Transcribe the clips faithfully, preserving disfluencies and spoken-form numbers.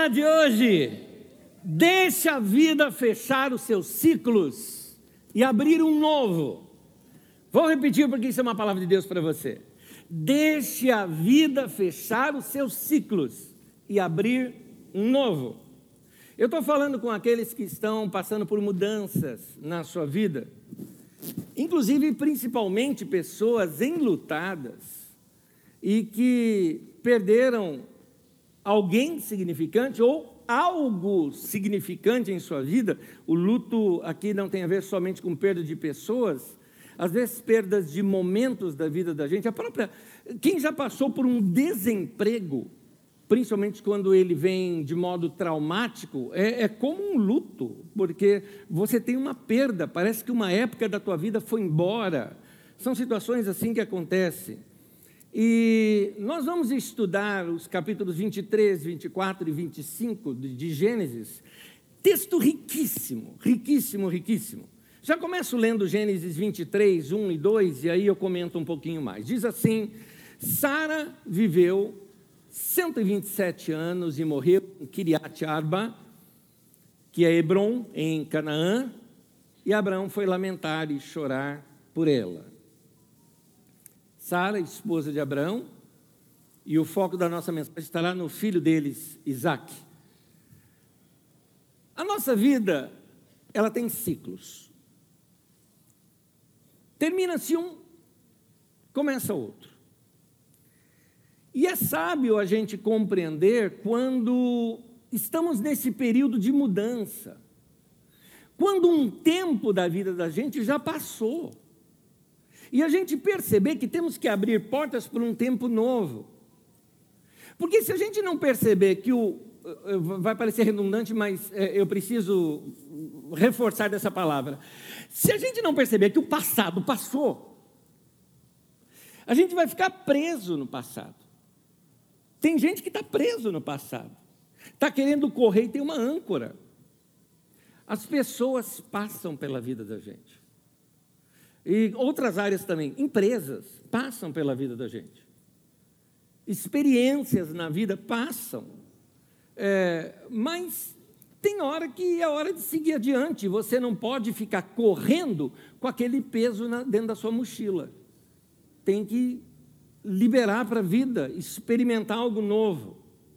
Tema de hoje: deixe a vida fechar os seus ciclos e abrir um novo. Vou repetir porque isso é uma palavra de Deus para você. Deixe a vida fechar os seus ciclos e abrir um novo. Eu estou falando com aqueles que estão passando por mudanças na sua vida, inclusive principalmente pessoas enlutadas e que perderam alguém significante ou algo significante em sua vida. O luto aqui não tem a ver somente com perda de pessoas, às vezes perdas de momentos da vida da gente. A própria, quem já passou por um desemprego, principalmente quando ele vem de modo traumático, é, é como um luto, porque você tem uma perda, parece que uma época da tua vida foi embora. São situações assim que acontecem. E nós vamos estudar os capítulos vinte e três, vinte e quatro e vinte e cinco de Gênesis, texto riquíssimo, riquíssimo, riquíssimo. Já começo lendo Gênesis vinte e três, um e dois, e aí eu comento um pouquinho mais. Diz assim: Sara viveu cento e vinte e sete anos e morreu em Kiriat Arba, que é Hebron, em Canaã, e Abraão foi lamentar e chorar por ela. Sara, esposa de Abraão, e o foco da nossa mensagem estará no filho deles, Isaque. A nossa vida, ela tem ciclos. Termina-se um, começa outro. E é sábio a gente compreender quando estamos nesse período de mudança, quando um tempo da vida da gente já passou, e a gente perceber que temos que abrir portas para um tempo novo. Porque se a gente não perceber que o... vai parecer redundante, mas eu preciso reforçar dessa palavra. Se a gente não perceber que o passado passou, a gente vai ficar preso no passado. Tem gente que está preso no passado, está querendo correr e tem uma âncora. As pessoas passam pela vida da gente. E outras áreas também, empresas passam pela vida da gente. Experiências na vida passam. É, mas tem hora que é hora de seguir adiante. Você não pode ficar correndo com aquele peso na, dentro da sua mochila. Tem que liberar para a vida, experimentar algo novo.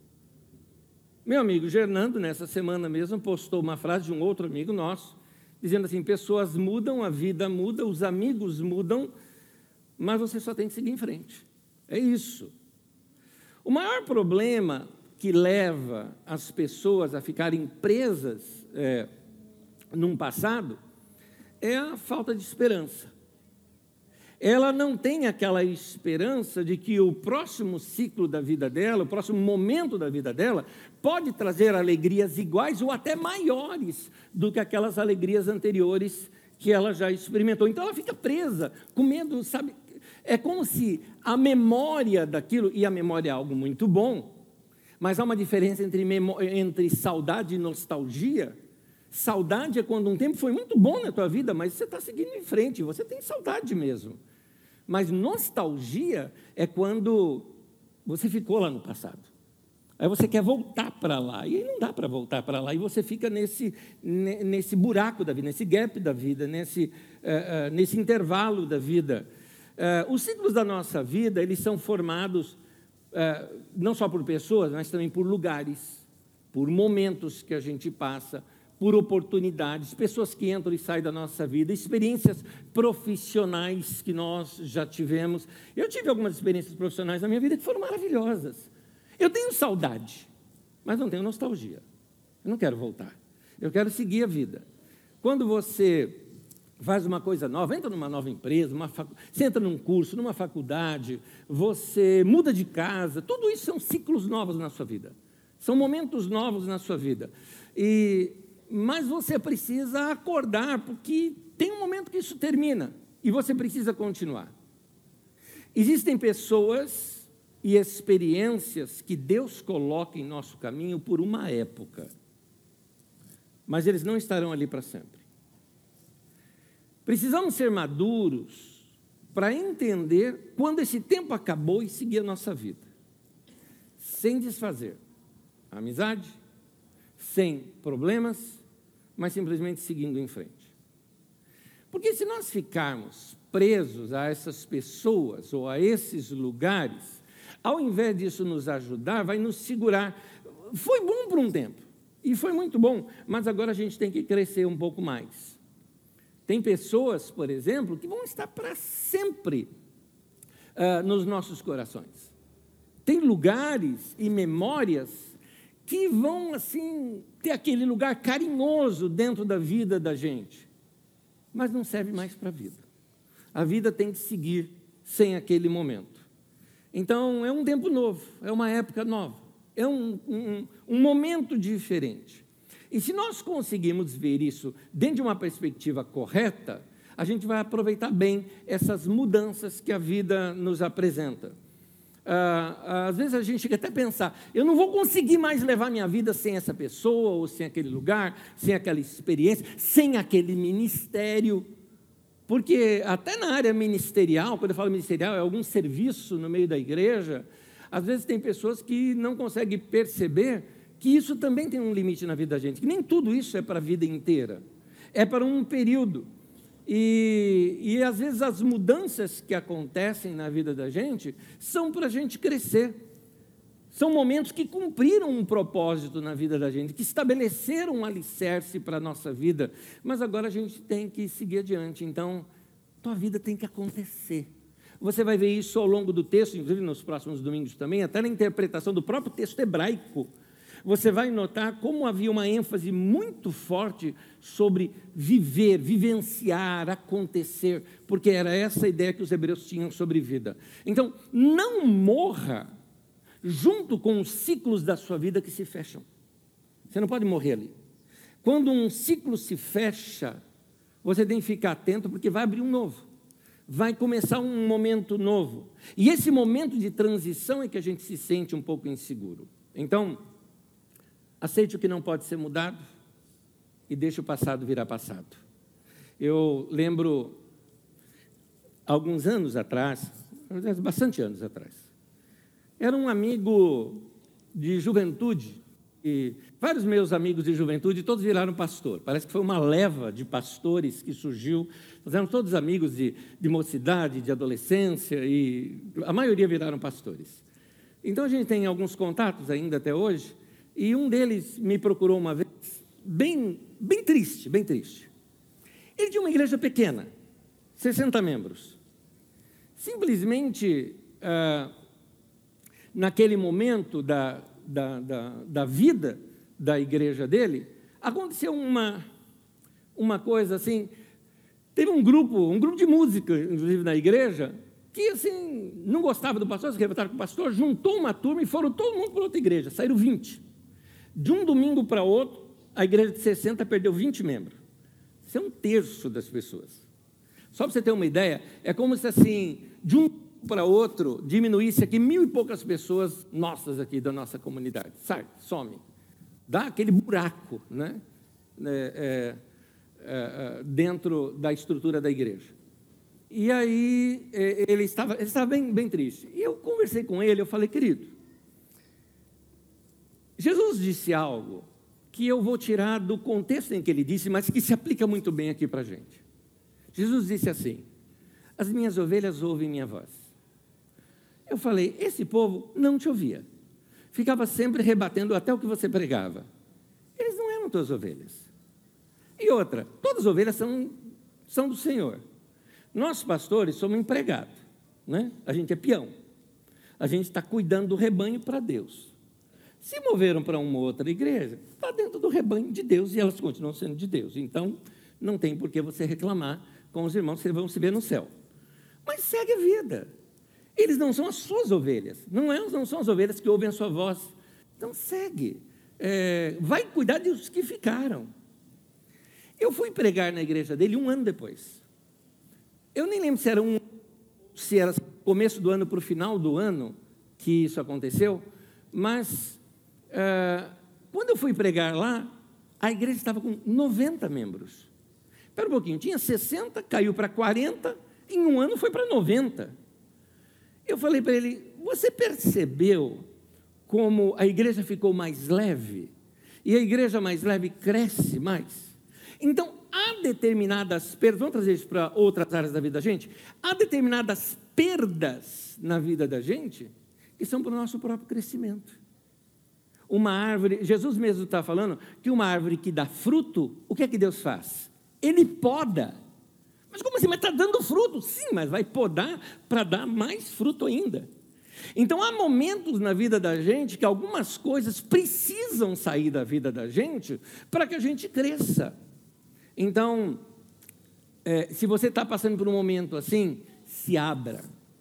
Meu amigo Gernando, nessa semana mesmo, postou uma frase de um outro amigo nosso, dizendo assim: pessoas mudam, a vida muda, os amigos mudam, mas você só tem que seguir em frente. É isso. O maior problema que leva as pessoas a ficarem presas é, num passado é a falta de esperança. Ela não tem aquela esperança de que o próximo ciclo da vida dela, o próximo momento da vida dela, pode trazer alegrias iguais ou até maiores do que aquelas alegrias anteriores que ela já experimentou. Então ela fica presa, com medo, sabe? É como se a memória daquilo, e a memória é algo muito bom, mas há uma diferença entre, entre saudade e nostalgia. Saudade é quando um tempo foi muito bom na tua vida, mas você está seguindo em frente, você tem saudade mesmo. Mas nostalgia é quando você ficou lá no passado. Aí você quer voltar para lá, e aí não dá para voltar para lá, e você fica nesse, nesse buraco da vida, nesse gap da vida, nesse, uh, uh, nesse intervalo da vida. Uh, os ciclos da nossa vida, eles são formados uh, não só por pessoas, mas também por lugares, por momentos que a gente passa, por oportunidades, pessoas que entram e saem da nossa vida, experiências profissionais que nós já tivemos. Eu tive algumas experiências profissionais na minha vida que foram maravilhosas. Eu tenho saudade, mas não tenho nostalgia. Eu não quero voltar. Eu quero seguir a vida. Quando você faz uma coisa nova, entra numa nova empresa, uma facu... você entra num curso, numa faculdade, você muda de casa, tudo isso são ciclos novos na sua vida. São momentos novos na sua vida. E... Mas você precisa acordar, porque tem um momento que isso termina, e você precisa continuar. Existem pessoas e experiências que Deus coloca em nosso caminho por uma época, mas eles não estarão ali para sempre. Precisamos ser maduros para entender quando esse tempo acabou e seguir a nossa vida, sem desfazer a amizade, sem problemas, mas simplesmente seguindo em frente. Porque se nós ficarmos presos a essas pessoas ou a esses lugares, ao invés disso nos ajudar, vai nos segurar. Foi bom por um tempo, e foi muito bom, mas agora a gente tem que crescer um pouco mais. Tem pessoas, por exemplo, que vão estar para sempre uh, nos nossos corações. Tem lugares e memórias que vão, assim, ter aquele lugar carinhoso dentro da vida da gente, mas não serve mais para a vida. A vida tem que seguir sem aquele momento. Então, é um tempo novo, é uma época nova, é um, um, um momento diferente. E se nós conseguirmos ver isso dentro de uma perspectiva correta, a gente vai aproveitar bem essas mudanças que a vida nos apresenta. Ah, às vezes a gente chega até a pensar, eu não vou conseguir mais levar minha vida sem essa pessoa, ou sem aquele lugar, sem aquela experiência, sem aquele ministério. Porque até na área ministerial, quando eu falo ministerial, é algum serviço no meio da igreja, às vezes tem pessoas que não conseguem perceber que isso também tem um limite na vida da gente, que nem tudo isso é para a vida inteira, é para um período. E, e às vezes as mudanças que acontecem na vida da gente são para a gente crescer. São momentos que cumpriram um propósito na vida da gente, que estabeleceram um alicerce para a nossa vida, mas agora a gente tem que seguir adiante. Então, tua vida tem que acontecer. Você vai ver isso ao longo do texto, inclusive nos próximos domingos também, até na interpretação do próprio texto hebraico. Você vai notar como havia uma ênfase muito forte sobre viver, vivenciar, acontecer, porque era essa a ideia que os hebreus tinham sobre vida. Então, não morra junto com os ciclos da sua vida que se fecham. Você não pode morrer ali. Quando um ciclo se fecha, você tem que ficar atento, porque vai abrir um novo. Vai começar um momento novo. E esse momento de transição é que a gente se sente um pouco inseguro. Então, aceite o que não pode ser mudado e deixe o passado virar passado. Eu lembro, alguns anos atrás, bastante anos atrás, era um amigo de juventude, e vários meus amigos de juventude, todos viraram pastor. Parece que foi uma leva de pastores que surgiu. Nós éramos todos amigos de, de mocidade, de adolescência, e a maioria viraram pastores. Então, a gente tem alguns contatos ainda até hoje, e um deles me procurou uma vez, bem, bem triste, bem triste. Ele tinha uma igreja pequena, sessenta membros. Simplesmente, ah, naquele momento da, da, da, da vida da igreja dele, aconteceu uma, uma coisa assim, teve um grupo, um grupo de música, inclusive na igreja, que assim, não gostava do pastor, se revoltaram com o pastor, juntou uma turma e foram todo mundo para outra igreja, saíram vinte. De um domingo para outro, a igreja de sessenta perdeu vinte membros. Isso é um terço das pessoas. Só para você ter uma ideia, é como se assim, de um para outro, diminuísse aqui mil e poucas pessoas nossas aqui da nossa comunidade. Sai, some. Dá aquele buraco, né? É, é, é, dentro da estrutura da igreja. E aí, é, ele estava, ele estava bem, bem triste. E eu conversei com ele, eu falei, querido, Jesus disse algo que eu vou tirar do contexto em que ele disse, mas que se aplica muito bem aqui para a gente. Jesus disse assim, as minhas ovelhas ouvem minha voz. Eu falei, esse povo não te ouvia. Ficava sempre rebatendo até o que você pregava. Eles não eram tuas ovelhas. E outra, todas as ovelhas são, são do Senhor. Nós, pastores, somos empregados, né? A gente é peão. A gente está cuidando do rebanho para Deus. Se moveram para uma outra igreja, está dentro do rebanho de Deus e elas continuam sendo de Deus. Então, não tem por que você reclamar com os irmãos que vão se ver no céu. Mas segue a vida. Eles não são as suas ovelhas, não, é, não são as ovelhas que ouvem a sua voz. Então, segue. É, vai cuidar dos que ficaram. Eu fui pregar na igreja dele um ano depois. Eu nem lembro se era um, se era começo do ano para o final do ano que isso aconteceu, mas é, quando eu fui pregar lá, a igreja estava com noventa membros. Espera um pouquinho, tinha sessenta, caiu para quarenta, em um ano foi para noventa. Eu falei para ele, você percebeu como a igreja ficou mais leve? e a igreja mais leve cresce mais. Então, há determinadas perdas, vamos trazer isso para outras áreas da vida da gente, há determinadas perdas na vida da gente que são para o nosso próprio crescimento. Uma árvore, Jesus mesmo está falando que uma árvore que dá fruto, o que é que Deus faz? Ele poda. Mas como assim? Mas está dando fruto? Sim, mas vai podar para dar mais fruto ainda. Então, há momentos na vida da gente que algumas coisas precisam sair da vida da gente para que a gente cresça. Então, é, se você está passando por um momento assim, se abra,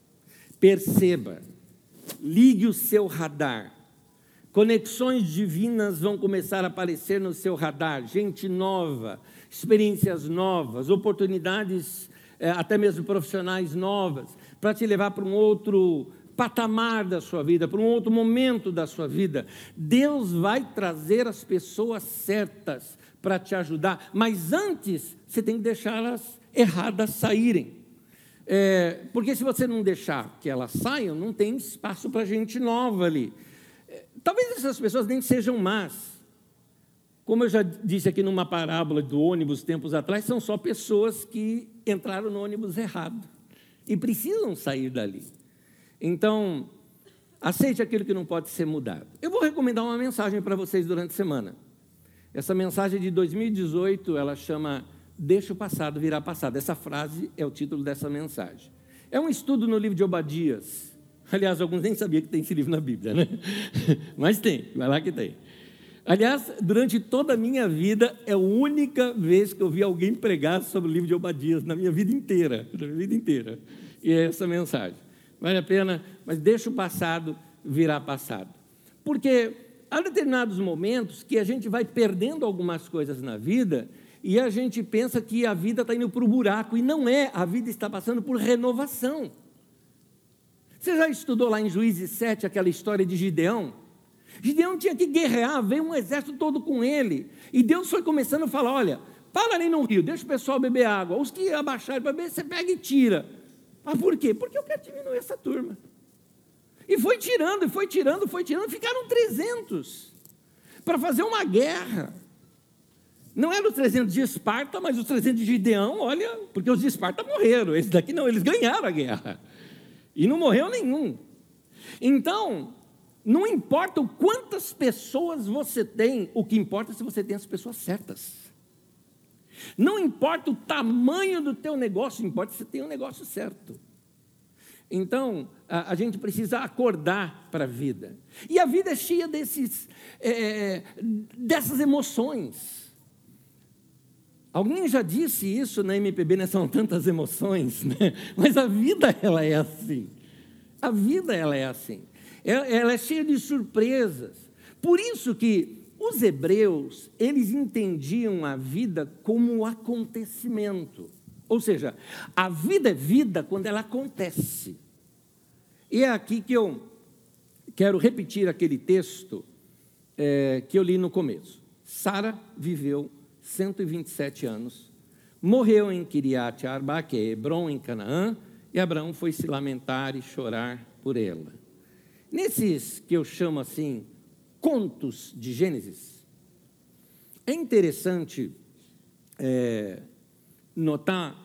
perceba, ligue o seu radar. Conexões divinas vão começar a aparecer no seu radar, gente nova, experiências novas, oportunidades, é, até mesmo profissionais novas, para te levar para um outro patamar da sua vida, para um outro momento da sua vida. Deus vai trazer as pessoas certas para te ajudar, mas antes você tem que deixá-las erradas saírem. É, porque se você não deixar que elas saiam, não tem espaço para gente nova ali. É, talvez essas pessoas nem sejam más. Como eu já disse aqui numa parábola do ônibus tempos atrás, são só pessoas que entraram no ônibus errado e precisam sair dali. Então, aceite aquilo que não pode ser mudado. Eu vou recomendar uma mensagem para vocês durante a semana. Essa mensagem de dois mil e dezoito, ela chama Deixa o passado virar passado. Essa frase é o título dessa mensagem. É um estudo no livro de Obadias. Aliás, alguns nem sabiam que tem esse livro na Bíblia, né? Mas tem, vai lá que tem. Aliás, durante toda a minha vida, é a única vez que eu vi alguém pregar sobre o livro de Obadias, na minha vida inteira, na minha vida inteira. E é essa mensagem. Vale a pena, mas deixa o passado virar passado. Porque há determinados momentos que a gente vai perdendo algumas coisas na vida e a gente pensa que a vida está indo para o buraco, e não é, a vida está passando por renovação. Você já estudou lá em Juízes sete aquela história de Gideão? Gideão tinha que guerrear, veio um exército todo com ele, e Deus foi começando a falar, olha, para ali no rio, deixa o pessoal beber água, os que abaixarem para beber, você pega e tira. Mas por quê? Porque eu quero diminuir essa turma. E foi tirando, e foi tirando, foi tirando, ficaram trezentos para fazer uma guerra. Não eram os trezentos de Esparta, mas os trezentos de Gideão, olha, porque os de Esparta morreram, esses daqui não, eles ganharam a guerra. E não morreu nenhum. Então, não importa o quantas pessoas você tem, o que importa é se você tem as pessoas certas. Não importa o tamanho do teu negócio, importa se você tem um negócio certo. Então, a, a gente precisa acordar para a vida. E a vida é cheia desses, é, dessas emoções. Alguém já disse isso na M P B, né? São tantas emoções, né? Mas a vida, ela é assim. A vida, ela é assim. Ela, ela é cheia de surpresas. Por isso que os hebreus, eles entendiam a vida como um acontecimento. Ou seja, a vida é vida quando ela acontece. E é aqui que eu quero repetir aquele texto é, que eu li no começo. Sara viveu cento e vinte e sete anos, morreu em Kiriat Arba, que é Hebron, em Canaã, e Abraão foi se lamentar e chorar por ela. Nesses que eu chamo assim, contos de Gênesis, é interessante é, notar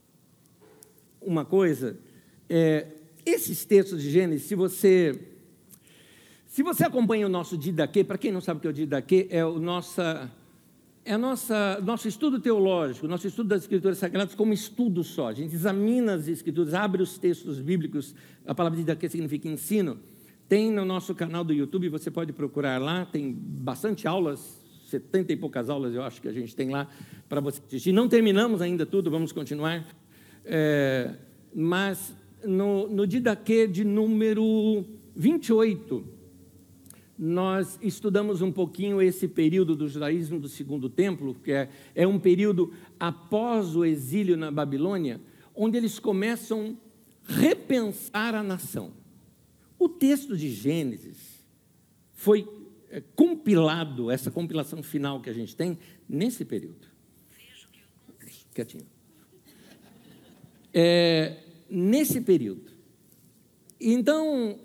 uma coisa, é, esses textos de Gênesis, se você, se você acompanha o nosso Didaquê, para quem não sabe o que é o Didaquê, é o nossa, é a nossa, nosso estudo teológico, nosso estudo das Escrituras Sagradas como estudo só. A gente examina as Escrituras, abre os textos bíblicos, a palavra Didaquê significa ensino. Tem no nosso canal do YouTube, você pode procurar lá, tem bastante aulas, setenta e poucas aulas eu acho que a gente tem lá para você assistir. Não terminamos ainda tudo, vamos continuar. É, mas no, no Didaquê de número vinte e oito, nós estudamos um pouquinho esse período do judaísmo do Segundo Templo, que é, é um período após o exílio na Babilônia, onde eles começam a repensar a nação. O texto de Gênesis foi é, compilado, essa compilação final que a gente tem, nesse período. Quietinho. É, nesse período. Então,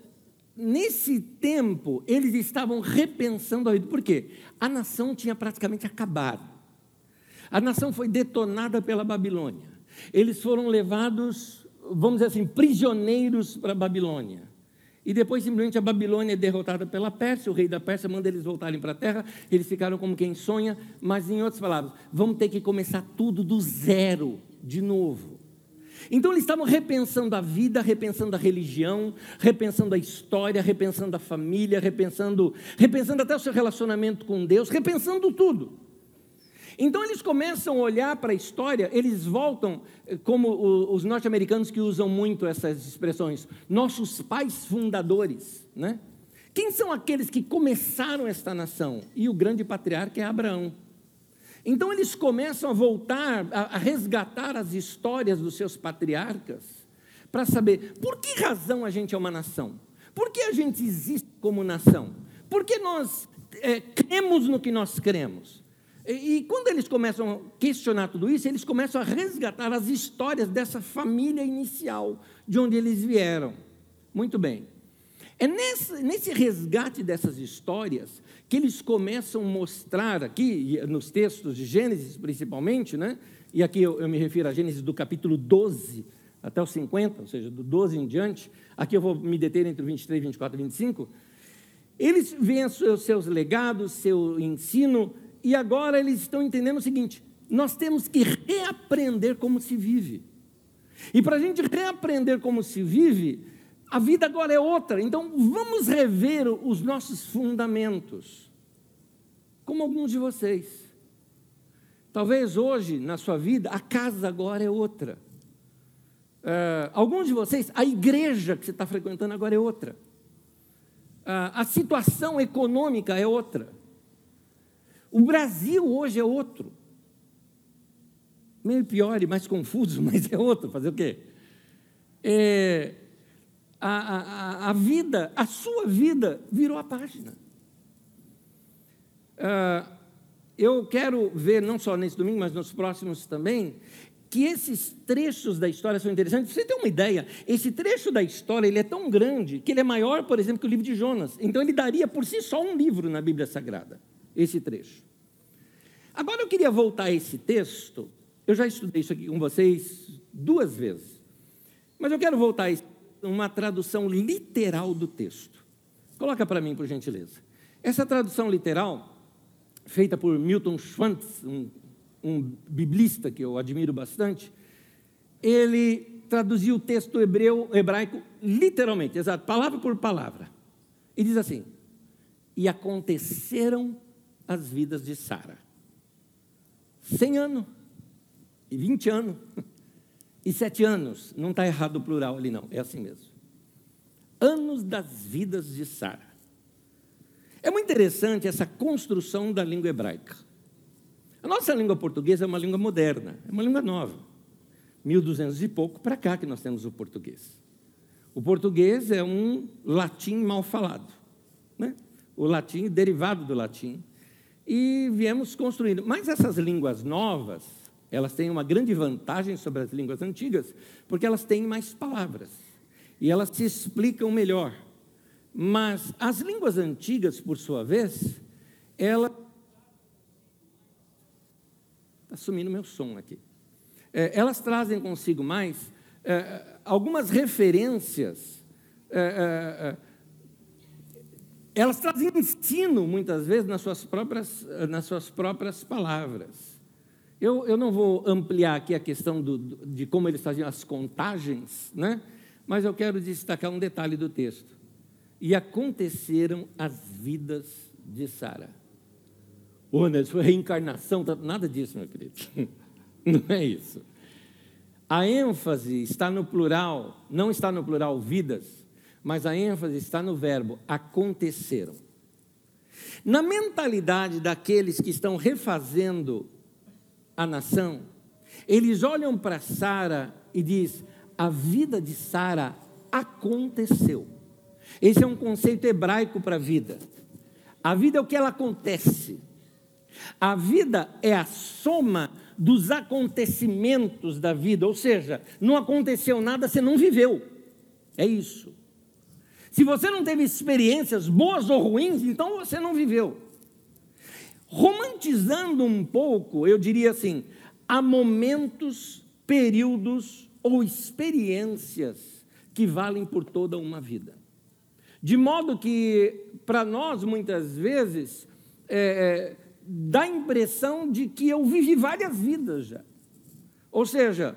nesse tempo, eles estavam repensando a vida. Por quê? A nação tinha praticamente acabado. A nação foi detonada pela Babilônia. Eles foram levados, vamos dizer assim, prisioneiros para a Babilônia. E depois, simplesmente, a Babilônia é derrotada pela Pérsia, o rei da Pérsia manda eles voltarem para a terra, eles ficaram como quem sonha, mas, em outras palavras, vamos ter que começar tudo do zero, de novo. Então, eles estavam repensando a vida, repensando a religião, repensando a história, repensando a família, repensando, repensando até o seu relacionamento com Deus, repensando tudo. Então, eles começam a olhar para a história, eles voltam, como os norte-americanos que usam muito essas expressões, nossos pais fundadores, né? Quem são aqueles que começaram esta nação? E o grande patriarca é Abraão. Então, eles começam a voltar, a, a resgatar as histórias dos seus patriarcas, para saber por que razão a gente é uma nação, por que a gente existe como nação, por que nós é, cremos no que nós cremos. E, e quando eles começam a questionar tudo isso, eles começam a resgatar as histórias dessa família inicial, de onde eles vieram. Muito bem. É nesse, nesse resgate dessas histórias que eles começam a mostrar aqui, nos textos de Gênesis principalmente, né? E aqui eu, eu me refiro a Gênesis do capítulo doze até o cinquenta, ou seja, do doze em diante, aqui eu vou me deter entre o vinte e três, vinte e quatro e vinte e cinco, eles veem os seus legados, seu ensino, e agora eles estão entendendo o seguinte: nós temos que reaprender como se vive. E para a gente reaprender como se vive, a vida agora é outra, então vamos rever os nossos fundamentos, como alguns de vocês. Talvez hoje, na sua vida, a casa agora é outra. Uh, alguns de vocês, a igreja que você está frequentando agora é outra. Uh, a situação econômica é outra. O Brasil hoje é outro. Meio pior e mais confuso, mas é outro. Fazer o quê? É... A, a, a vida, a sua vida virou a página. Uh, eu quero ver, não só nesse domingo, mas nos próximos também, que esses trechos da história são interessantes. Pra você ter uma ideia, esse trecho da história ele é tão grande que ele é maior, por exemplo, que o livro de Jonas. Então, ele daria por si só um livro na Bíblia Sagrada, esse trecho. Agora, eu queria voltar a esse texto. Eu já estudei isso aqui com vocês duas vezes, mas eu quero voltar a esse uma tradução literal do texto. Coloca para mim, por gentileza. Essa tradução literal, feita por Milton Schwantz, um, um biblista que eu admiro bastante, ele traduziu o texto hebreu, hebraico literalmente, exato, palavra por palavra. E diz assim: e aconteceram as vidas de Sara. Cem anos e vinte anos. E sete anos, não está errado o plural ali não, é assim mesmo. Anos das vidas de Sara. É muito interessante essa construção da língua hebraica. A nossa língua portuguesa é uma língua moderna, é uma língua nova. mil e duzentos e pouco para cá que nós temos o português. O português é um latim mal falado, né? O latim derivado do latim. E viemos construindo. Mas essas línguas novas, elas têm uma grande vantagem sobre as línguas antigas, porque elas têm mais palavras, e elas se explicam melhor. Mas as línguas antigas, por sua vez, elas... Está sumindo meu som aqui. É, elas trazem consigo mais é, algumas referências, é, é, elas trazem ensino, muitas vezes, nas suas próprias, nas suas próprias palavras. Eu, eu não vou ampliar aqui a questão do, de como eles faziam as contagens, né? Mas eu quero destacar um detalhe do texto. E aconteceram as vidas de Sara. Ô, né, isso foi reencarnação, nada disso, meu querido. Não é isso. A ênfase está no plural, não está no plural vidas, mas a ênfase está no verbo aconteceram. Na mentalidade daqueles que estão refazendo a nação, eles olham para Sara e diz: a vida de Sara aconteceu. Esse é um conceito hebraico para a vida. A vida é o que ela acontece. A vida é a soma dos acontecimentos da vida, ou seja, não aconteceu nada, você não viveu. É isso. Se você não teve experiências boas ou ruins, então você não viveu. Romantizando um pouco, eu diria assim, há momentos, períodos ou experiências que valem por toda uma vida. De modo que, para nós, muitas vezes, é, dá a impressão de que eu vivi várias vidas já. Ou seja,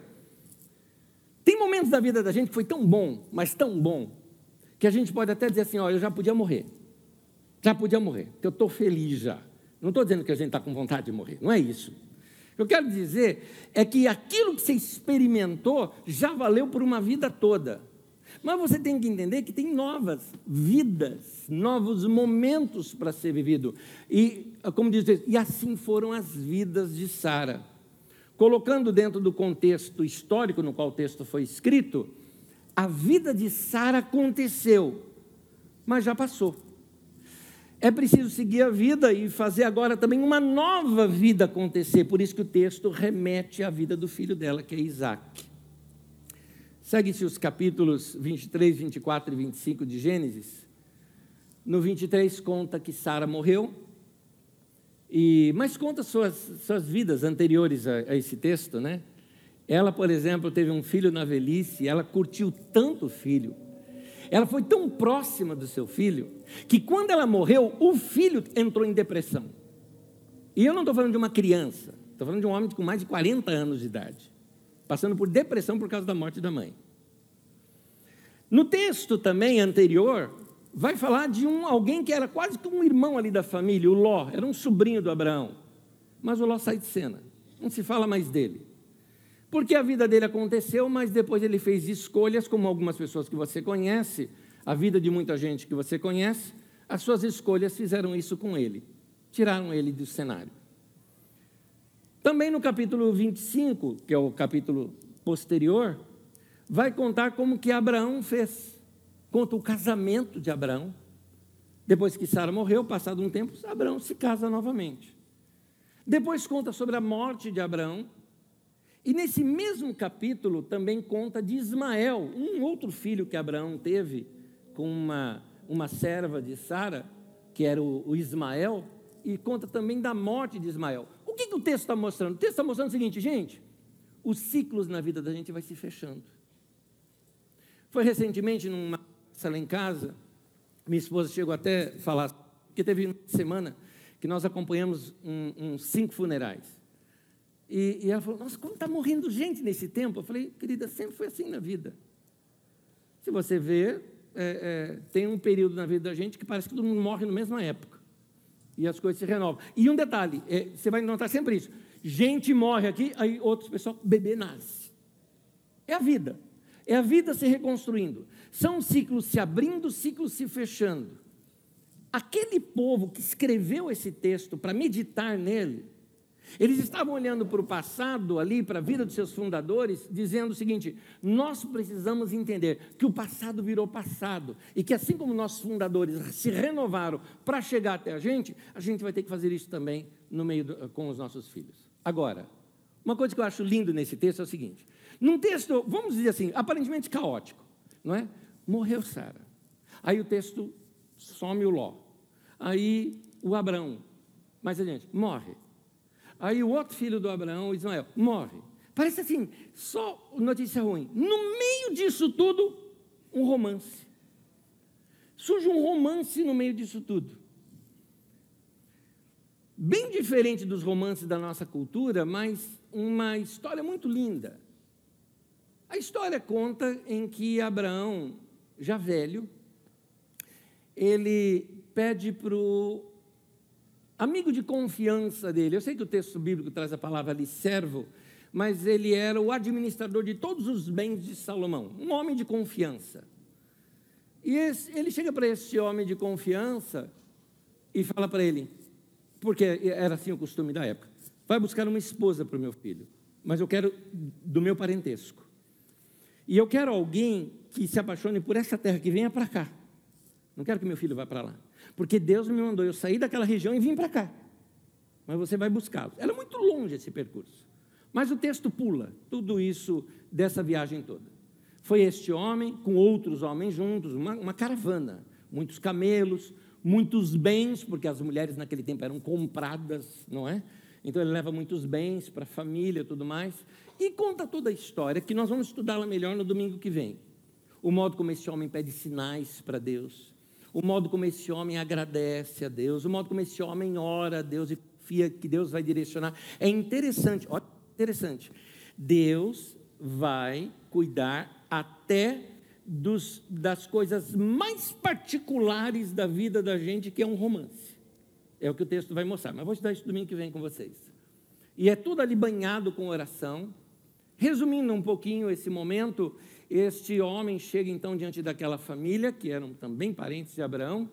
tem momentos da vida da gente que foi tão bom, mas tão bom, que a gente pode até dizer assim, ó, eu já podia morrer. Já podia morrer, porque eu estou feliz já. Não estou dizendo que a gente está com vontade de morrer, não é isso. O que eu quero dizer é que aquilo que você experimentou já valeu por uma vida toda. Mas você tem que entender que tem novas vidas, novos momentos para ser vivido. E, como diz, e assim foram as vidas de Sara. Colocando dentro do contexto histórico no qual o texto foi escrito, a vida de Sara aconteceu, mas já passou. É preciso seguir a vida e fazer agora também uma nova vida acontecer. Por isso que o texto remete à vida do filho dela, que é Isaac. Segue-se os capítulos vinte e três, vinte e quatro e vinte e cinco de Gênesis. No vinte e três conta que Sara morreu, e, mas conta suas, suas vidas anteriores a, a esse texto, né? Ela, por exemplo, teve um filho na velhice, ela curtiu tanto o filho, ela foi tão próxima do seu filho, que quando ela morreu, o filho entrou em depressão. E eu não estou falando de uma criança, estou falando de um homem com mais de quarenta anos de idade, passando por depressão por causa da morte da mãe. No texto também anterior, vai falar de um, alguém que era quase como um irmão ali da família, o Ló, era um sobrinho do Abraão. Mas o Ló sai de cena, não se fala mais dele. Porque a vida dele aconteceu, mas depois ele fez escolhas, como algumas pessoas que você conhece, a vida de muita gente que você conhece, as suas escolhas fizeram isso com ele, tiraram ele do cenário. Também no capítulo vinte e cinco, que é o capítulo posterior, vai contar como que Abraão fez. Conta o casamento de Abraão. Depois que Sara morreu, passado um tempo, Abraão se casa novamente. Depois conta sobre a morte de Abraão. E nesse mesmo capítulo também conta de Ismael, um outro filho que Abraão teve com uma, uma serva de Sara, que era o, o Ismael, e conta também da morte de Ismael. O que, que o texto está mostrando? O texto está mostrando o seguinte, gente, os ciclos na vida da gente vai se fechando. Foi recentemente, numa sala em casa, minha esposa chegou até a falar, porque teve uma semana que nós acompanhamos uns um, um cinco funerais. E, e ela falou, nossa, como está morrendo gente nesse tempo? Eu falei, querida, sempre foi assim na vida. Se você vê, é, é, tem um período na vida da gente que parece que todo mundo morre na mesma época. E as coisas se renovam. E um detalhe, é, você vai notar sempre isso. Gente morre aqui, aí outros pessoal, bebê nasce. É a vida. É a vida se reconstruindo. São ciclos se abrindo, ciclos se fechando. Aquele povo que escreveu esse texto para meditar nele, eles estavam olhando para o passado ali, para a vida dos seus fundadores, dizendo o seguinte, nós precisamos entender que o passado virou passado, e que assim como nossos fundadores se renovaram para chegar até a gente, a gente vai ter que fazer isso também no meio do, com os nossos filhos. Agora, uma coisa que eu acho lindo nesse texto é o seguinte, num texto, vamos dizer assim, aparentemente caótico, não é? Morreu Sara, aí o texto some o Ló, aí o Abraão, mais adiante, morre. Aí o outro filho do Abraão, o Ismael, morre. Parece assim, só notícia ruim. No meio disso tudo, um romance. Surge um romance no meio disso tudo. Bem diferente dos romances da nossa cultura, mas uma história muito linda. A história conta em que Abraão, já velho, ele pede para o amigo de confiança dele, eu sei que o texto bíblico traz a palavra ali, servo, mas ele era o administrador de todos os bens de Salomão, um homem de confiança. E esse, ele chega para esse homem de confiança e fala para ele, porque era assim o costume da época, vai buscar uma esposa para o meu filho, mas eu quero do meu parentesco. E eu quero alguém que se apaixone por essa terra, que venha para cá. Não quero que meu filho vá para lá. Porque Deus me mandou eu sair daquela região e vim para cá. Mas você vai buscá-lo. Era muito longe esse percurso. Mas o texto pula tudo isso dessa viagem toda. Foi este homem, com outros homens juntos, uma, uma caravana, muitos camelos, muitos bens, porque as mulheres naquele tempo eram compradas, não é? Então ele leva muitos bens para a família e tudo mais, e conta toda a história, que nós vamos estudá-la melhor no domingo que vem. O modo como esse homem pede sinais para Deus, o modo como esse homem agradece a Deus, o modo como esse homem ora a Deus e confia que Deus vai direcionar. É interessante, olha, interessante. Deus vai cuidar até dos, das coisas mais particulares da vida da gente, que é um romance. É o que o texto vai mostrar, mas vou estudar isso domingo que vem com vocês. E é tudo ali banhado com oração. Resumindo um pouquinho esse momento, este homem chega então diante daquela família, que eram também parentes de Abraão,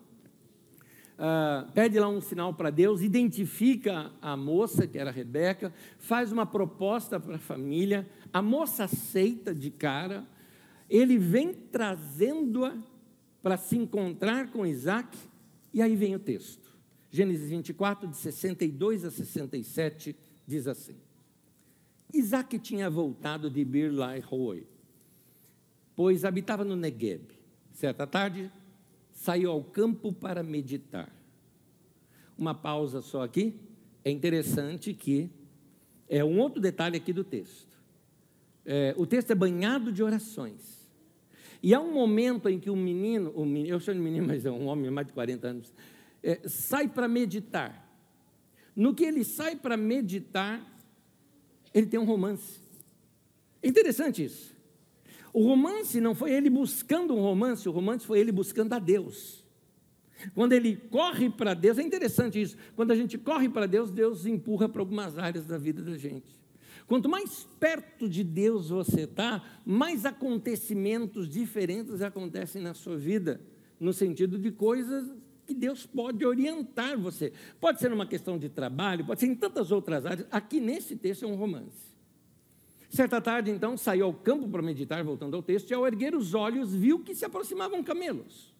uh, pede lá um sinal para Deus, identifica a moça, que era Rebeca, faz uma proposta para a família, a moça aceita de cara, ele vem trazendo-a para se encontrar com Isaac, e aí vem o texto. Gênesis vinte e quatro, de sessenta e dois a sessenta e sete, diz assim: Isaac tinha voltado de Bir-Lahai-Roi, pois habitava no Negueb. Certa tarde, saiu ao campo para meditar. Uma pausa só aqui. É interessante que é um outro detalhe aqui do texto. É, o texto é banhado de orações. E há um momento em que o menino, o menino eu chamo de menino, mas é um homem de mais de quarenta anos, é, sai para meditar. No que ele sai para meditar, ele tem um romance. É interessante isso. O romance não foi ele buscando um romance, o romance foi ele buscando a Deus. Quando ele corre para Deus, é interessante isso. Quando a gente corre para Deus, Deus empurra para algumas áreas da vida da gente. Quanto mais perto de Deus você está, mais acontecimentos diferentes acontecem na sua vida, no sentido de coisas que Deus pode orientar você. Pode ser uma questão de trabalho, pode ser em tantas outras áreas. Aqui nesse texto é um romance. Certa tarde, então, saiu ao campo para meditar, voltando ao texto, e ao erguer os olhos, viu que se aproximavam camelos.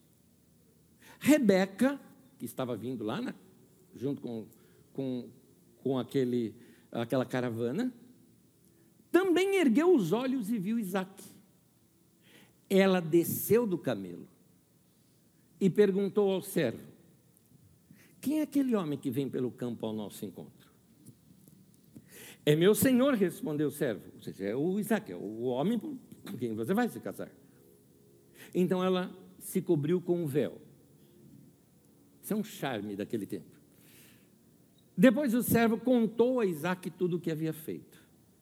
Rebeca, que estava vindo lá, né, junto com, com, com aquele, aquela caravana, também ergueu os olhos e viu Isaac. Ela desceu do camelo e perguntou ao servo: quem é aquele homem que vem pelo campo ao nosso encontro? É meu senhor, respondeu o servo. Ou seja, é o Isaac, é o homem com quem você vai se casar. Então ela se cobriu com um véu. Isso é um charme daquele tempo. Depois o servo contou a Isaac tudo o que havia feito.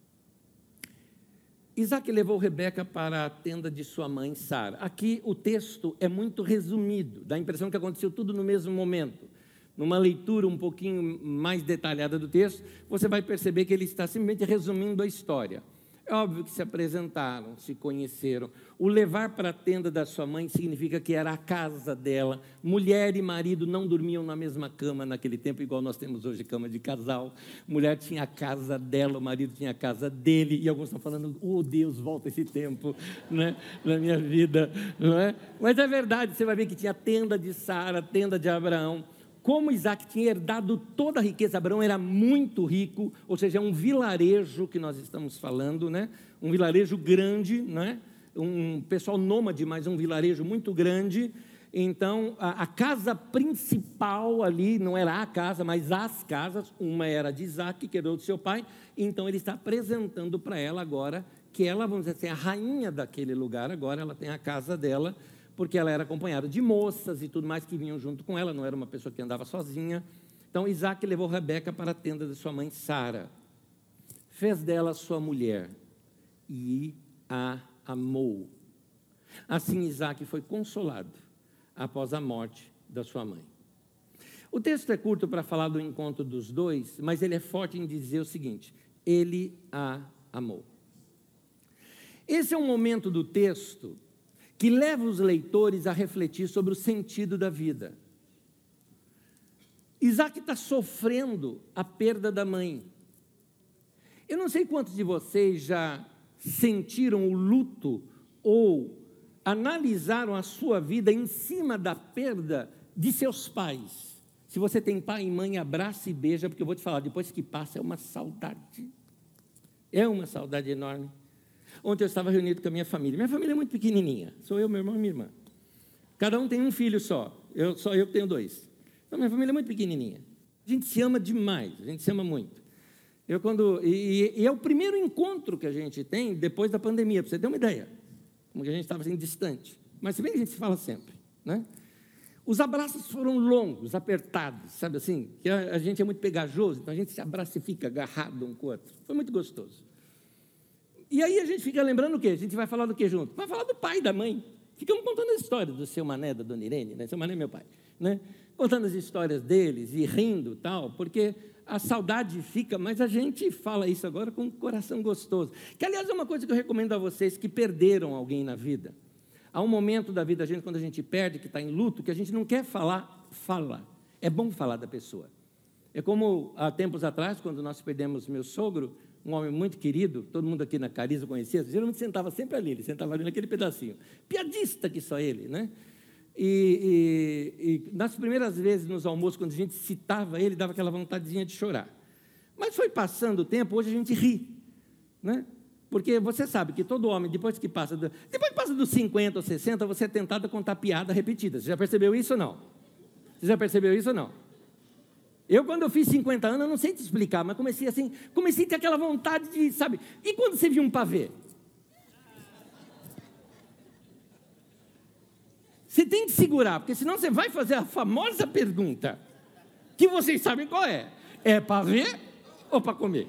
Isaac levou Rebeca para a tenda de sua mãe Sara. Aqui o texto é muito resumido, dá a impressão que aconteceu tudo no mesmo momento. Numa leitura um pouquinho mais detalhada do texto, você vai perceber que ele está simplesmente resumindo a história. É óbvio que se apresentaram, se conheceram. O levar para a tenda da sua mãe significa que era a casa dela. Mulher e marido não dormiam na mesma cama naquele tempo, igual nós temos hoje cama de casal. Mulher tinha a casa dela, o marido tinha a casa dele. E alguns estão falando: oh Deus, volta esse tempo, né, na minha vida, não é? Mas é verdade, você vai ver que tinha a tenda de Sara, a tenda de Abraão. Como Isaac tinha herdado toda a riqueza, Abraão era muito rico, ou seja, é um vilarejo que nós estamos falando, né? Um vilarejo grande, né? Um pessoal nômade, mas um vilarejo muito grande. Então, a, a casa principal ali, não era a casa, mas as casas, uma era de Isaac, que herdou do seu pai, então ele está apresentando para ela agora, que ela, vamos dizer assim, a rainha daquele lugar, agora ela tem a casa dela, porque ela era acompanhada de moças e tudo mais que vinham junto com ela, não era uma pessoa que andava sozinha. Então Isaac levou Rebeca para a tenda de sua mãe Sara, fez dela sua mulher e a amou. Assim Isaac foi consolado após a morte da sua mãe. O texto é curto para falar do encontro dos dois, mas ele é forte em dizer o seguinte: ele a amou. Esse é um momento do texto que leva os leitores a refletir sobre o sentido da vida. Isaac está sofrendo a perda da mãe. Eu não sei quantos de vocês já sentiram o luto ou analisaram a sua vida em cima da perda de seus pais. Se você tem pai e mãe, abraça e beija, porque eu vou te falar, depois que passa é uma saudade. É uma saudade enorme. Ontem eu estava reunido com a minha família. Minha família é muito pequenininha. Sou eu, meu irmão e minha irmã. Cada um tem um filho só. Eu, só eu que tenho dois. Então, minha família é muito pequenininha. A gente se ama demais, a gente se ama muito. Eu, quando, e, e é o primeiro encontro que a gente tem depois da pandemia, para você ter uma ideia. Como que a gente estava assim, distante. Mas se bem que a gente se fala sempre, né? Os abraços foram longos, apertados, sabe assim? Que a, a gente é muito pegajoso, então a gente se abraça e fica agarrado um com o outro. Foi muito gostoso. E aí a gente fica lembrando o quê? A gente vai falar do quê junto? Vai falar do pai e da mãe. Ficamos contando as histórias do seu Mané, da dona Irene, né? Seu Mané é meu pai, né? Contando as histórias deles e rindo tal, porque a saudade fica, mas a gente fala isso agora com um coração gostoso. Que, aliás, é uma coisa que eu recomendo a vocês que perderam alguém na vida. Há um momento da vida da gente, quando a gente perde, que está em luto, que a gente não quer falar, fala. É bom falar da pessoa. É como há tempos atrás, quando nós perdemos meu sogro, um homem muito querido, todo mundo aqui na Cariza conhecia, geralmente sentava sempre ali, ele sentava ali naquele pedacinho. Piadista que só ele, né? E, e, e nas primeiras vezes nos almoços, quando a gente citava ele, dava aquela vontadezinha de chorar. Mas foi passando o tempo, hoje a gente ri, né? Porque você sabe que todo homem, depois que passa, do, depois que passa dos cinquenta ou sessenta, você é tentado a contar piada repetida. Você já percebeu isso ou não? Você já percebeu isso ou não? Eu, quando eu fiz cinquenta anos, eu não sei te explicar, mas comecei assim, comecei a ter aquela vontade de, sabe, e quando você viu um pavê? Você tem que segurar, porque senão você vai fazer a famosa pergunta, que vocês sabem qual é. É para ver ou para comer?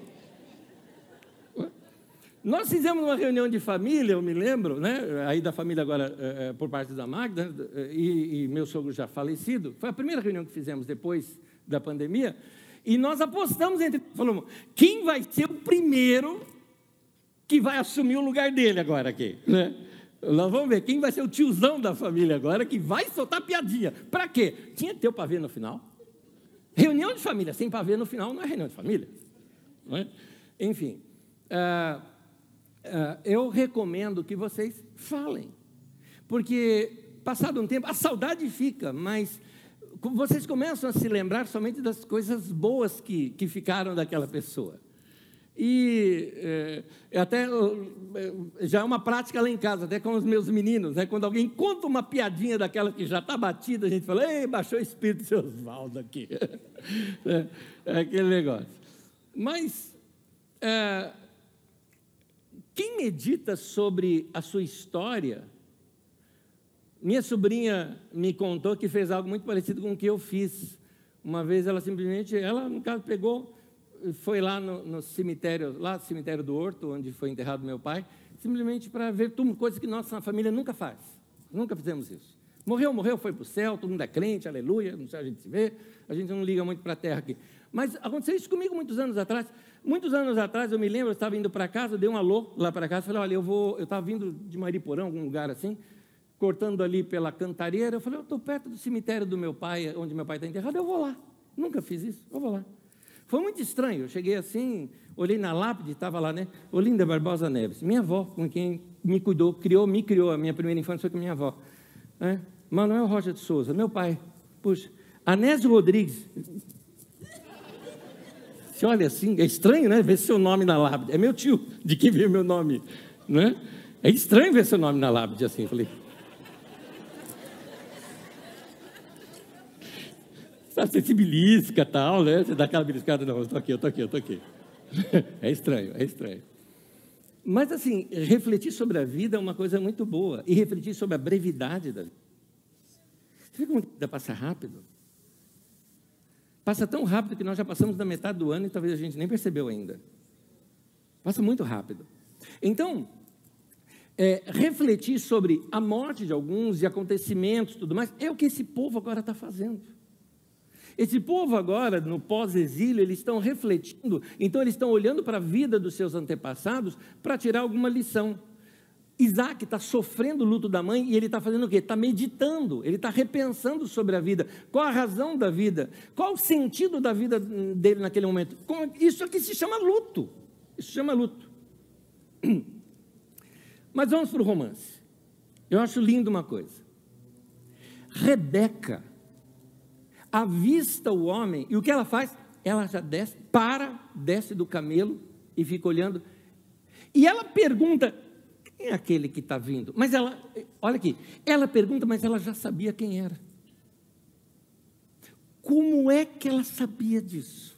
Nós fizemos uma reunião de família, eu me lembro, né? Aí da família agora, é, é, por parte da Magda, e, e meu sogro já falecido. Foi a primeira reunião que fizemos depois da pandemia, e nós apostamos entre, falamos, quem vai ser o primeiro que vai assumir o lugar dele agora aqui, né? Nós vamos ver quem vai ser o tiozão da família agora que vai soltar piadinha. Para quê? Tinha que ter o pavê no final. Reunião de família sem pavê no final não é reunião de família, não é? Enfim, uh, uh, eu recomendo que vocês falem, porque passado um tempo a saudade fica, mas vocês começam a se lembrar somente das coisas boas que, que ficaram daquela pessoa. E é, até já é uma prática lá em casa, até com os meus meninos, né? Quando alguém conta uma piadinha daquela que já está batida, a gente fala, ei, baixou o espírito do seu Osvaldo aqui. É, é aquele negócio. Mas é, quem medita sobre a sua história, minha sobrinha me contou que fez algo muito parecido com o que eu fiz. Uma vez ela simplesmente, ela no caso pegou, foi lá no, no cemitério, lá no cemitério do Horto, onde foi enterrado meu pai, simplesmente para ver tudo, coisa que nossa família nunca faz. Nunca fizemos isso. Morreu, morreu, foi para o céu, todo mundo é crente, aleluia, não sei, a gente se vê, a gente não liga muito para a terra aqui. Mas aconteceu isso comigo muitos anos atrás. Muitos anos atrás, eu me lembro, eu estava indo para casa, dei um alô lá para casa, falei, olha, eu vou, eu estava vindo de Mariporã, algum lugar assim, cortando ali pela Cantareira, eu falei, eu estou perto do cemitério do meu pai, onde meu pai está enterrado, eu vou lá. Nunca fiz isso, eu vou lá. Foi muito estranho, eu cheguei assim, olhei na lápide, estava lá, né? Olinda Barbosa Neves, minha avó, com quem me cuidou, criou, me criou, a minha primeira infância foi com minha avó. Né? Manuel Rocha de Souza, meu pai, puxa, Anésio Rodrigues. Você olha assim, é estranho, né? Ver seu nome na lápide. É meu tio, de quem veio meu nome, né? É estranho ver seu nome na lápide assim, falei. Você se belisca e tal, né? Você dá aquela beliscada, não, eu estou aqui, eu estou aqui, eu estou aqui. É estranho, é estranho. Mas, assim, refletir sobre a vida é uma coisa muito boa. E refletir sobre a brevidade da vida. Você vê como a vida passa rápido? Passa tão rápido que nós já passamos da metade do ano e talvez a gente nem percebeu ainda. Passa muito rápido. Então, é, refletir sobre a morte de alguns e acontecimentos e tudo mais, é o que esse povo agora está fazendo. Esse povo agora, no pós-exílio, eles estão refletindo, então eles estão olhando para a vida dos seus antepassados para tirar alguma lição. Isaac está sofrendo o luto da mãe e ele está fazendo o quê? Está meditando, ele está repensando sobre a vida, qual a razão da vida, qual o sentido da vida dele naquele momento. Isso aqui se chama luto, isso se chama luto. Mas vamos para o romance. Eu acho lindo uma coisa. Rebeca avista o homem, e o que ela faz? Ela já desce, para, desce do camelo e fica olhando. E ela pergunta, quem é aquele que está vindo? Mas ela, olha aqui, ela pergunta, mas ela já sabia quem era. Como é que ela sabia disso?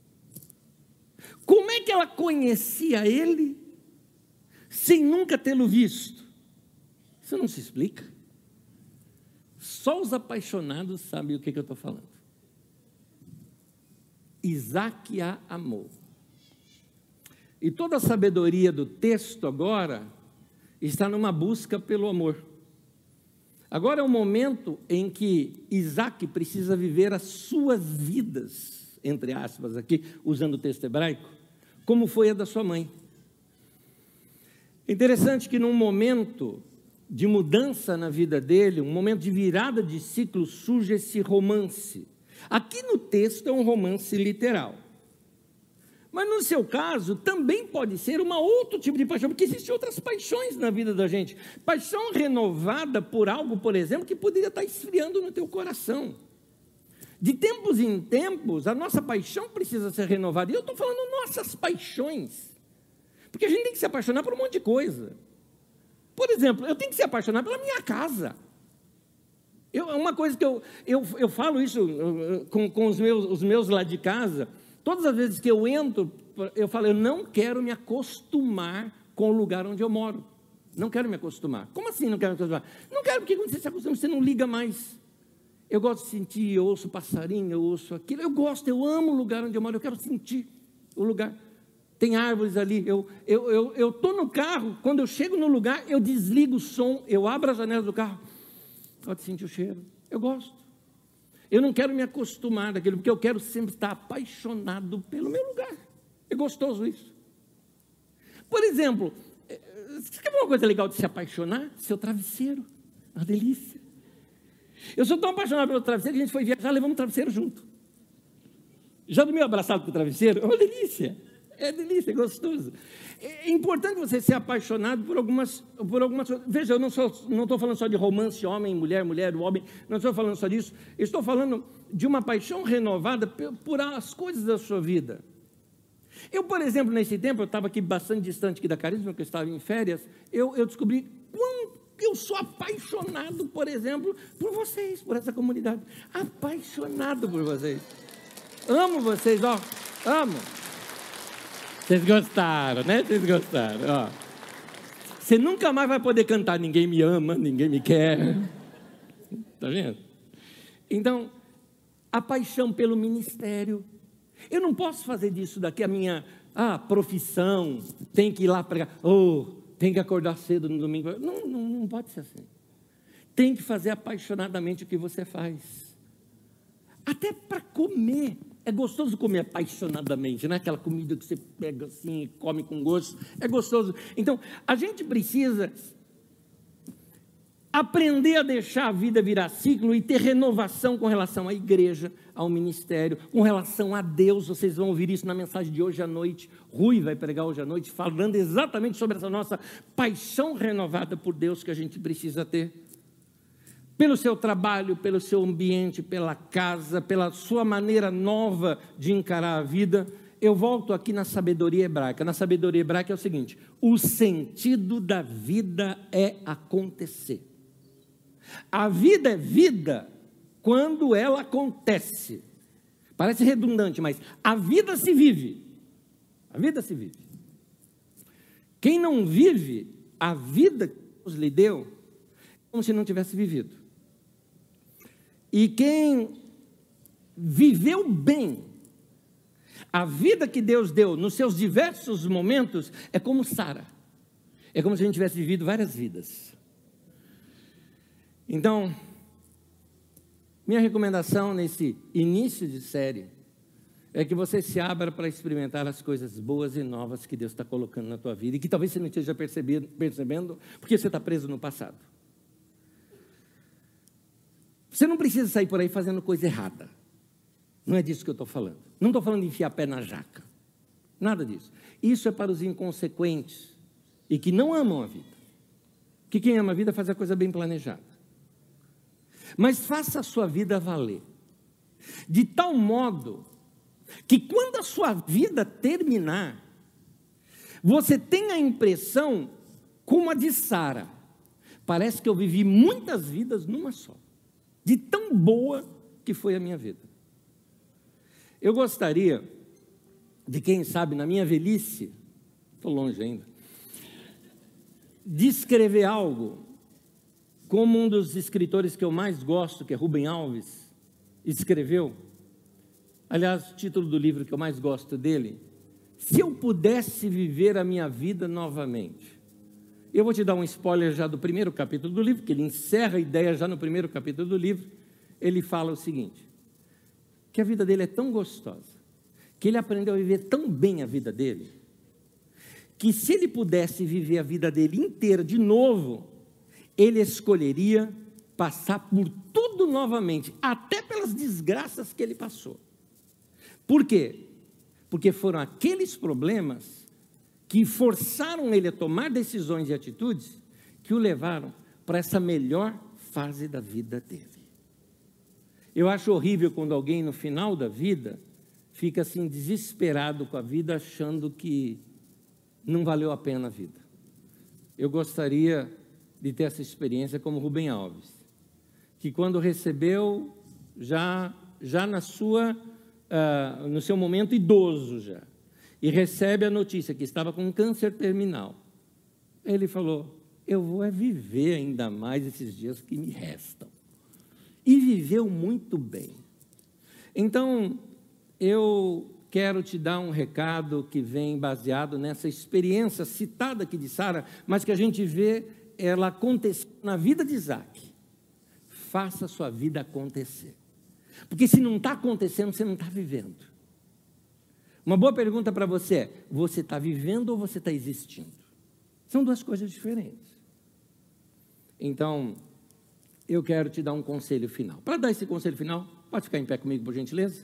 Como é que ela conhecia ele sem nunca tê-lo visto? Isso não se explica. Só os apaixonados sabem o que, que eu estou falando. Isaac a amou. E toda a sabedoria do texto agora está numa busca pelo amor. Agora é o momento em que Isaac precisa viver as suas vidas, entre aspas aqui, usando o texto hebraico, como foi a da sua mãe. Interessante que num momento de mudança na vida dele, um momento de virada de ciclo, surge esse romance. Aqui no texto é um romance literal. Mas no seu caso, também pode ser um outro tipo de paixão, porque existem outras paixões na vida da gente. Paixão renovada por algo, por exemplo, que poderia estar esfriando no teu coração. De tempos em tempos, a nossa paixão precisa ser renovada. E eu estou falando nossas paixões. Porque a gente tem que se apaixonar por um monte de coisa. Por exemplo, eu tenho que se apaixonar pela minha casa. Eu, uma coisa que eu, eu, eu falo isso com, com os, meus, os meus lá de casa. Todas as vezes que eu entro, eu falo, eu não quero me acostumar com o lugar onde eu moro. Não quero me acostumar. Como assim não quero me acostumar? Não quero, porque quando você se acostuma, você não liga mais. Eu gosto de sentir, eu ouço passarinho, eu ouço aquilo. Eu gosto, eu amo o lugar onde eu moro, eu quero sentir o lugar. Tem árvores ali, eu estou eu, eu, eu no carro, quando eu chego no lugar, eu desligo o som, eu abro a janela do carro, pode sentir o cheiro, eu gosto. Eu não quero me acostumar daquilo, porque eu quero sempre estar apaixonado pelo meu lugar. É gostoso isso. Por exemplo, você quer uma coisa legal de se apaixonar? Seu travesseiro, uma delícia. Eu sou tão apaixonado pelo travesseiro que a gente foi viajar, levamos o travesseiro junto. Já dormiu abraçado com o travesseiro? É uma delícia. É delícia, é gostoso. É importante você ser apaixonado por algumas, por algumas coisas. Veja, eu não estou não estou falando só de romance, homem, mulher, mulher, homem. Não estou falando só disso. Eu estou falando de uma paixão renovada por, por as coisas da sua vida. Eu, por exemplo, nesse tempo, eu estava aqui bastante distante aqui da Carisma, porque eu estava em férias, eu, eu descobri quanto eu sou apaixonado, por exemplo, por vocês, por essa comunidade. Apaixonado por vocês. Amo vocês, ó. Amo. Vocês gostaram, né? Vocês gostaram, ó. Você nunca mais vai poder cantar Ninguém Me Ama, Ninguém Me Quer. Está vendo? Então, a paixão pelo ministério. Eu não posso fazer disso daqui a minha ah, profissão, tem que ir lá pregar, oh, tem que acordar cedo no domingo. Não, não, não pode ser assim. Tem que fazer apaixonadamente o que você faz. Até para comer. É gostoso comer apaixonadamente, não é aquela comida que você pega assim e come com gosto. É gostoso. Então, a gente precisa aprender a deixar a vida virar ciclo e ter renovação com relação à igreja, ao ministério, com relação a Deus. Vocês vão ouvir isso na mensagem de hoje à noite. Rui vai pregar hoje à noite, falando exatamente sobre essa nossa paixão renovada por Deus que a gente precisa ter. Pelo seu trabalho, pelo seu ambiente, pela casa, pela sua maneira nova de encarar a vida. Eu volto aqui na sabedoria hebraica. Na sabedoria hebraica é o seguinte: o sentido da vida é acontecer. A vida é vida quando ela acontece. Parece redundante, mas a vida se vive. A vida se vive. Quem não vive a vida que Deus lhe deu, é como se não tivesse vivido. E quem viveu bem a vida que Deus deu nos seus diversos momentos, é como Sara. É como se a gente tivesse vivido várias vidas. Então, minha recomendação nesse início de série é que você se abra para experimentar as coisas boas e novas que Deus está colocando na tua vida e que talvez você não esteja percebendo, percebendo porque você está preso no passado. Você não precisa sair por aí fazendo coisa errada. Não é disso que eu estou falando. Não estou falando de enfiar pé na jaca. Nada disso. Isso é para os inconsequentes e que não amam a vida. Que quem ama a vida faz a coisa bem planejada. Mas faça a sua vida valer. De tal modo que quando a sua vida terminar, você tenha a impressão como a de Sara. Parece que eu vivi muitas vidas numa só, de tão boa que foi a minha vida. Eu gostaria de, quem sabe, na minha velhice, estou longe ainda, de escrever algo, como um dos escritores que eu mais gosto, que é Rubem Alves, escreveu. Aliás, o título do livro que eu mais gosto dele: Se eu pudesse viver a minha vida novamente. Eu vou te dar um spoiler já do primeiro capítulo do livro, que ele encerra a ideia já no primeiro capítulo do livro. Ele fala o seguinte, que a vida dele é tão gostosa, que ele aprendeu a viver tão bem a vida dele, que se ele pudesse viver a vida dele inteira de novo, ele escolheria passar por tudo novamente, até pelas desgraças que ele passou. Por quê? Porque foram aqueles problemas que forçaram ele a tomar decisões e atitudes que o levaram para essa melhor fase da vida dele. Eu acho horrível quando alguém no final da vida fica assim desesperado com a vida, achando que não valeu a pena a vida. Eu gostaria de ter essa experiência como Rubem Alves, que quando recebeu, já, já na sua, uh, no seu momento idoso já, e recebe a notícia que estava com um câncer terminal, ele falou, eu vou é viver ainda mais esses dias que me restam. E viveu muito bem. Então, eu quero te dar um recado que vem baseado nessa experiência citada aqui de Sara, mas que a gente vê ela acontecer na vida de Isaac. Faça a sua vida acontecer. Porque se não está acontecendo, você não está vivendo. Uma boa pergunta para você é, você está vivendo ou você está existindo? São duas coisas diferentes. Então, eu quero te dar um conselho final. Para dar esse conselho final, pode ficar em pé comigo, por gentileza?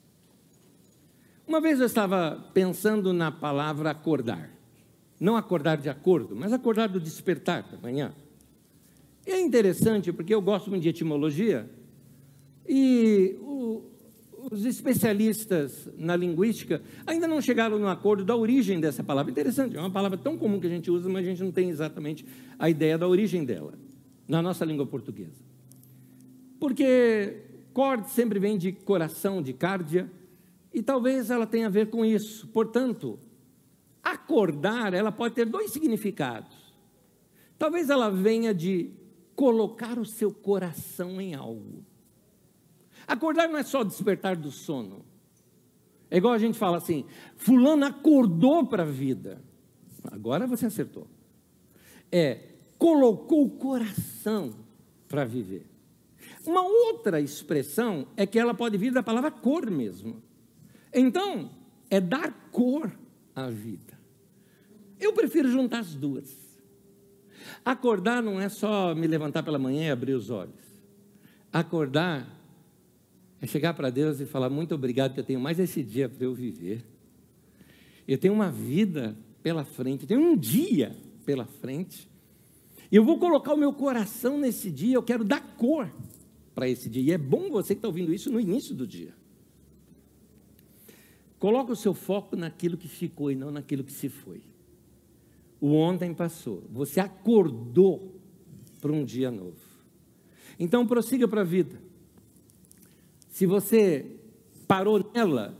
Uma vez eu estava pensando na palavra acordar. Não acordar de acordo, mas acordar do despertar da manhã. E é interessante, porque eu gosto muito de etimologia, e o, os especialistas na linguística ainda não chegaram no acordo da origem dessa palavra. Interessante, é uma palavra tão comum que a gente usa, mas a gente não tem exatamente a ideia da origem dela, na nossa língua portuguesa. Porque cord sempre vem de coração, de cardia, e talvez ela tenha a ver com isso. Portanto, acordar, ela pode ter dois significados. Talvez ela venha de colocar o seu coração em algo. Acordar não é só despertar do sono. É igual a gente fala assim, fulano acordou para a vida. Agora você acertou. É, colocou o coração para viver. Uma outra expressão é que ela pode vir da palavra cor mesmo. Então, é dar cor à vida. Eu prefiro juntar as duas. Acordar não é só me levantar pela manhã e abrir os olhos. Acordar é chegar para Deus e falar, muito obrigado que eu tenho mais esse dia para eu viver. Eu tenho uma vida pela frente, eu tenho um dia pela frente. E eu vou colocar o meu coração nesse dia, eu quero dar cor para esse dia. E é bom você que está ouvindo isso no início do dia. Coloca o seu foco naquilo que ficou e não naquilo que se foi. O ontem passou, você acordou para um dia novo. Então prossiga para a vida. Se você parou nela,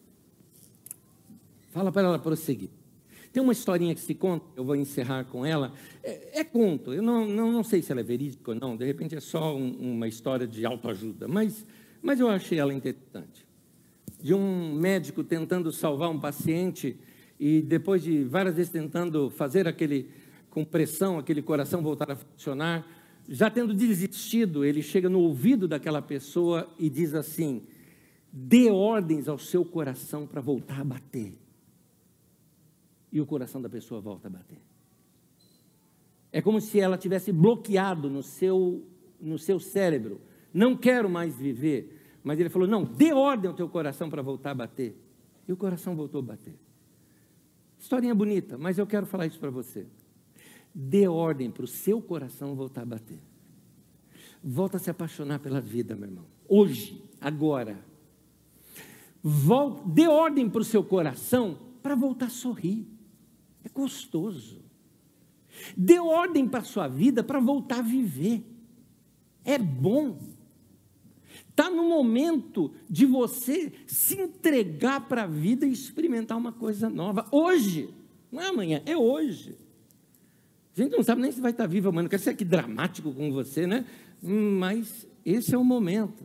fala para ela prosseguir. Tem uma historinha que se conta, eu vou encerrar com ela, é, é conto, eu não, não, não sei se ela é verídica ou não, de repente é só um, uma história de autoajuda, mas, mas eu achei ela interessante. De um médico tentando salvar um paciente e depois de várias vezes tentando fazer aquele, com pressão, aquele coração voltar a funcionar, já tendo desistido, ele chega no ouvido daquela pessoa e diz assim, dê ordens ao seu coração para voltar a bater. E o coração da pessoa volta a bater. É como se ela tivesse bloqueado no seu, no seu cérebro, não quero mais viver. Mas ele falou, não, dê ordem ao teu coração para voltar a bater. E o coração voltou a bater. Historinha bonita, mas eu quero falar isso para você. Dê ordem para o seu coração voltar a bater. Volta a se apaixonar pela vida, meu irmão. Hoje, agora. Volta, dê ordem para o seu coração para voltar a sorrir. É gostoso. Dê ordem para a sua vida para voltar a viver. É bom. Está no momento de você se entregar para a vida e experimentar uma coisa nova. Hoje, não é amanhã, é hoje. A gente não sabe nem se vai estar vivo amanhã, não quero ser aqui dramático com você, né? Mas esse é o momento.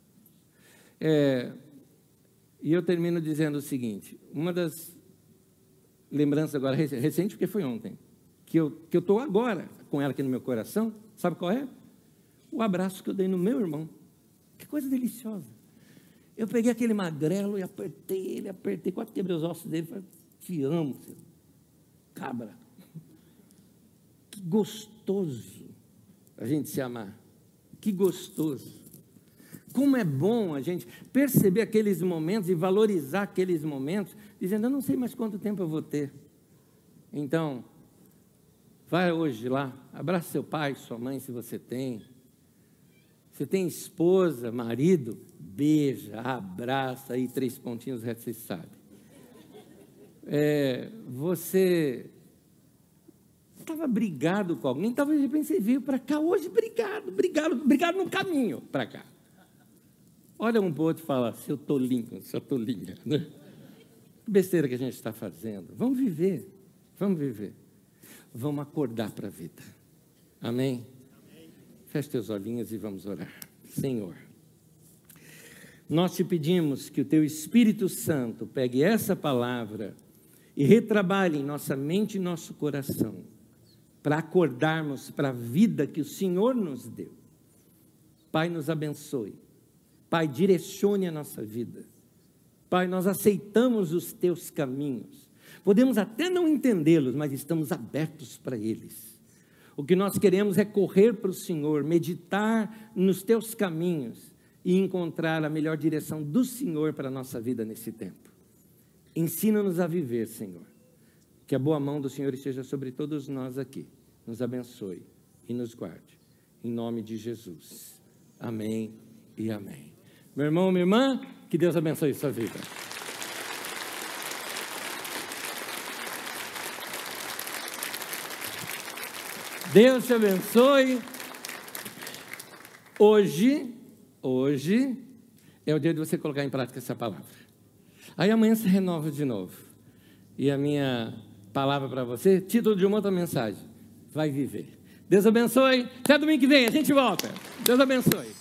É, e eu termino dizendo o seguinte, uma das lembranças agora, recente, porque foi ontem, que eu que eu estou agora com ela aqui no meu coração, sabe qual é? O abraço que eu dei no meu irmão. Que coisa deliciosa. Eu peguei aquele magrelo e apertei ele, apertei, quase quebrei os ossos dele, falei, te amo, seu cabra. Que gostoso a gente se amar. Que gostoso. Como é bom a gente perceber aqueles momentos e valorizar aqueles momentos, dizendo, eu não sei mais quanto tempo eu vou ter. Então, vai hoje lá, abraça seu pai, sua mãe, se você tem. Você tem esposa, marido, beija, abraça, aí três pontinhos, o resto vocês sabem. É, você estava brigado com alguém, talvez de repente você veio para cá hoje, brigado, brigado, brigado no caminho para cá. Olha um para o outro e fala, seu tolinho, sua tolinha, né? Que besteira que a gente está fazendo. Vamos viver, vamos viver. Vamos acordar para a vida. Amém? Feche teus olhinhos e vamos orar. Senhor, nós te pedimos que o teu Espírito Santo pegue essa palavra e retrabalhe em nossa mente e nosso coração, para acordarmos para a vida que o Senhor nos deu. Pai, nos abençoe. Pai, direcione a nossa vida. Pai, nós aceitamos os teus caminhos. Podemos até não entendê-los, mas estamos abertos para eles. O que nós queremos é correr para o Senhor, meditar nos teus caminhos e encontrar a melhor direção do Senhor para a nossa vida nesse tempo. Ensina-nos a viver, Senhor. Que a boa mão do Senhor esteja sobre todos nós aqui. Nos abençoe e nos guarde. Em nome de Jesus. Amém e amém. Meu irmão, minha irmã, que Deus abençoe sua vida. Deus te abençoe. Hoje, hoje é o dia de você colocar em prática essa palavra. Aí amanhã se renova de novo. E a minha palavra para você, título de uma outra mensagem, vai viver. Deus abençoe. Até domingo que vem, a gente volta. Deus abençoe.